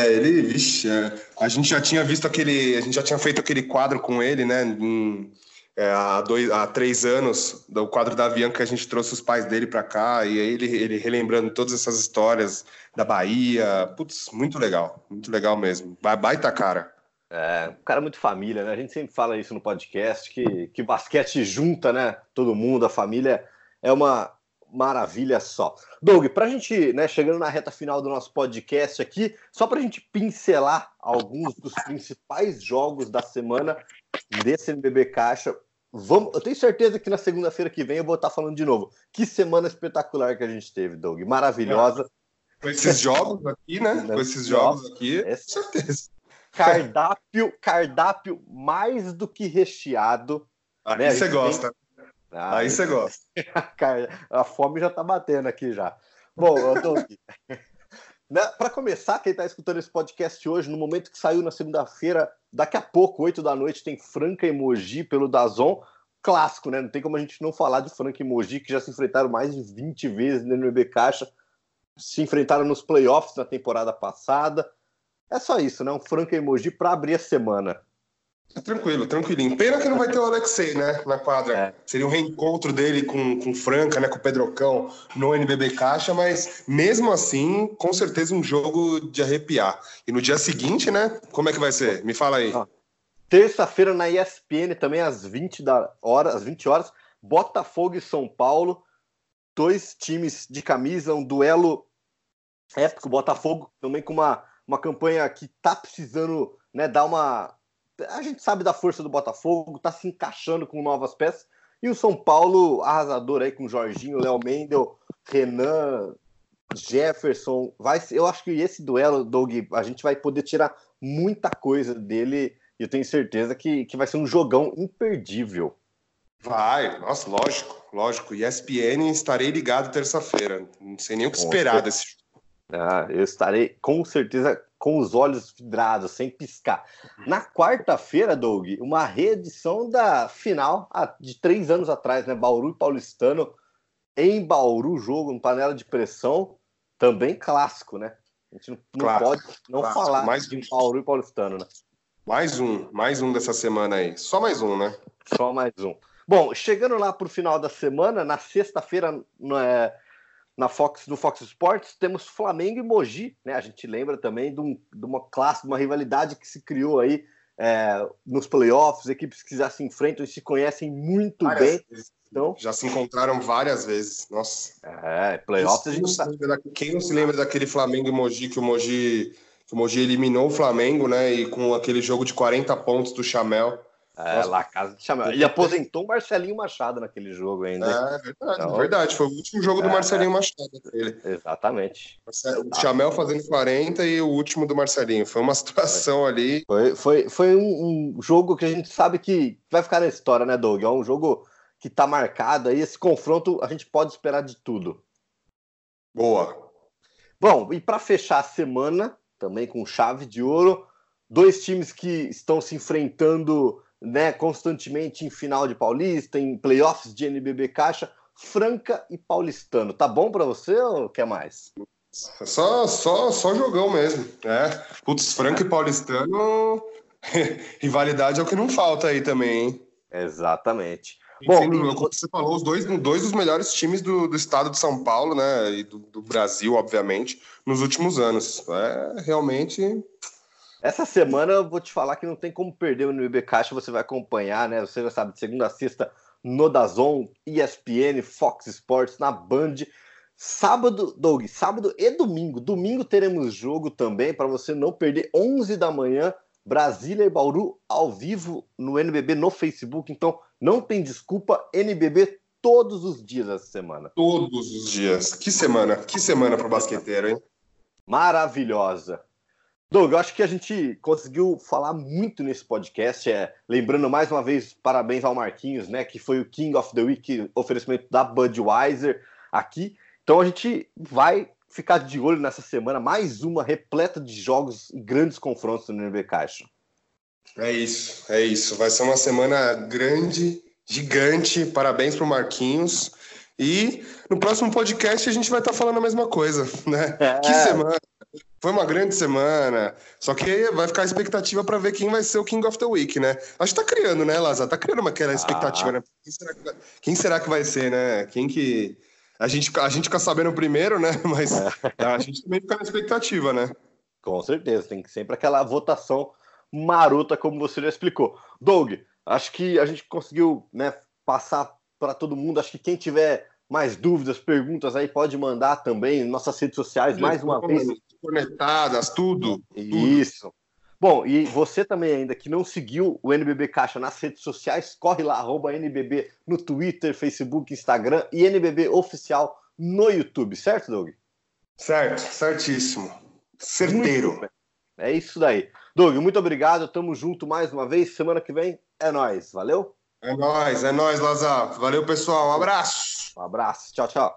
A gente já tinha feito aquele quadro com ele, né, há 3 anos, do quadro da Avianca, que a gente trouxe os pais dele para cá, e aí ele relembrando todas essas histórias da Bahia. Putz, muito legal mesmo. Baita cara. Um cara muito família, né? A gente sempre fala isso no podcast, que basquete junta, né? Todo mundo, a família é uma maravilha só. Doug, pra gente, né, chegando na reta final do nosso podcast aqui, só pra gente pincelar alguns dos principais jogos da semana desse NBB Caixa, eu tenho certeza que na segunda-feira que vem eu vou estar falando de novo. Que semana espetacular que a gente teve, Doug. Maravilhosa. Com esses jogos aqui, né? Com esses jogos aqui, com certeza. Cardápio mais do que recheado. Aí né? Você gosta. Aí você gosta. A fome já tá batendo aqui já. Bom, Doug, para começar, quem está escutando esse podcast hoje, no momento que saiu na segunda-feira, daqui a pouco, 8 da noite, tem Franca e Mogi pelo DAZN. Clássico, né? Não tem como a gente não falar de Franca e Mogi, que já se enfrentaram mais de 20 vezes no NBB Caixa. Se enfrentaram nos playoffs na temporada passada. É só isso, né? Um Franca e Mogi para abrir a semana. Tranquilinho. Pena que não vai ter o Alexei, né? Na quadra. Seria um reencontro dele com Franca, né? Com o Pedrocão no NBB Caixa, mas mesmo assim, com certeza um jogo de arrepiar. E no dia seguinte, né? Como é que vai ser? Me fala aí. Terça-feira na ESPN, também às 20 horas, Botafogo e São Paulo. 2 times de camisa, um duelo épico. Botafogo também com uma campanha que tá precisando, né, dar uma... A gente sabe da força do Botafogo, tá se encaixando com novas peças. E o São Paulo, arrasador aí com Jorginho, Léo Mendel, Renan, Jefferson. Eu acho que esse duelo, Doug, a gente vai poder tirar muita coisa dele. E eu tenho certeza que vai ser um jogão imperdível. Vai, nossa, lógico. ESPN, estarei ligado terça-feira. Não sei nem o que esperar desse jogo. Eu estarei, com certeza, com os olhos vidrados, sem piscar. Na quarta-feira, Doug, uma reedição da final de 3 anos atrás, né? Bauru e Paulistano. Em Bauru, jogo, panela de pressão, também clássico, né? A gente não pode não falar de Bauru e Paulistano, né? Mais um dessa semana aí. Só mais um, né? Só mais um. Bom, chegando lá pro final da semana, na sexta-feira, no Fox Sports, temos Flamengo e Mogi, né? A gente lembra também de uma classe, de uma rivalidade que se criou aí nos playoffs, equipes que já se enfrentam e se conhecem muito bem. Então, já se encontraram várias vezes, nossa. Playoffs quem não se lembra daquele Flamengo e Mogi, que o Mogi eliminou o Flamengo, né? E com aquele jogo de 40 pontos do Chamel. La Casa de Chamel. Ele aposentou o Marcelinho Machado naquele jogo ainda. Verdade. Foi o último jogo do Marcelinho Machado. Dele. Exatamente. O Chamel fazendo 40 e o último do Marcelinho. Foi uma situação ali. Foi um jogo que a gente sabe que vai ficar na história, né, Doug? É um jogo que tá marcado aí. Esse confronto a gente pode esperar de tudo. Boa. Bom, e para fechar a semana, também com chave de ouro, 2 times que estão se enfrentando, né, constantemente em final de Paulista, em playoffs de NBB Caixa, Franca e Paulistano. Tá bom pra você ou quer mais? Só jogão mesmo. Putz, Franca e Paulistano, rivalidade é o que não falta aí também, hein? Exatamente. Bom, como você falou, os dois dos melhores times do estado de São Paulo, né, e do Brasil, obviamente, nos últimos anos. Realmente... Essa semana eu vou te falar que não tem como perder o NBB Caixa, você vai acompanhar, né? Você já sabe, de segunda a sexta no DAZN, ESPN, Fox Sports, na Band. Sábado, Doug, sábado e domingo. Domingo teremos jogo também, para você não perder, 11 da manhã, Brasília e Bauru, ao vivo no NBB, no Facebook. Então, não tem desculpa, NBB todos os dias essa semana. Todos os dias. Que semana pro basqueteiro, hein? Maravilhosa. Doug, eu acho que a gente conseguiu falar muito nesse podcast, lembrando mais uma vez, parabéns ao Marquinhos, né, que foi o King of the Week, oferecimento da Budweiser aqui. Então a gente vai ficar de olho nessa semana, mais uma repleta de jogos e grandes confrontos no NBB Caixa. É isso. Vai ser uma semana grande, gigante, parabéns pro Marquinhos. E no próximo podcast a gente vai estar falando a mesma coisa, né? Que semana! Foi uma grande semana. Só que vai ficar a expectativa para ver quem vai ser o King of the Week, né? Acho que tá criando, né, Lázaro? Tá criando aquela expectativa, né? Quem será que vai ser, né? Quem que. A gente fica sabendo primeiro, né? Mas a gente também fica na expectativa, né? Com certeza, tem que sempre aquela votação marota, como você já explicou. Doug, acho que a gente conseguiu, né, passar para todo mundo. Acho que quem tiver mais dúvidas, perguntas aí, pode mandar também em nossas redes sociais, mais uma vez. Conectadas, tudo. Isso. Bom, e você também ainda que não seguiu o NBB Caixa nas redes sociais, corre lá, @NBB no Twitter, Facebook, Instagram e NBB Oficial no YouTube, certo, Doug? Certo, certíssimo. Certeiro. É isso daí. Doug, muito obrigado, tamo junto mais uma vez, semana que vem é nóis, valeu? É nóis, Lázaro. Valeu, pessoal, um abraço. Um abraço, tchau, tchau.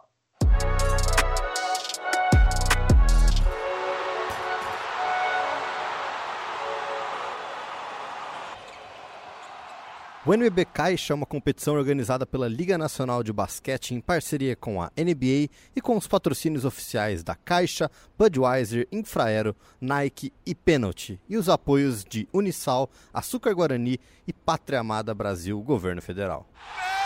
O NBB Caixa é uma competição organizada pela Liga Nacional de Basquete em parceria com a NBA e com os patrocínios oficiais da Caixa, Budweiser, Infraero, Nike e Penalty, e os apoios de Unisal, Açúcar Guarani e Pátria Amada Brasil, Governo Federal.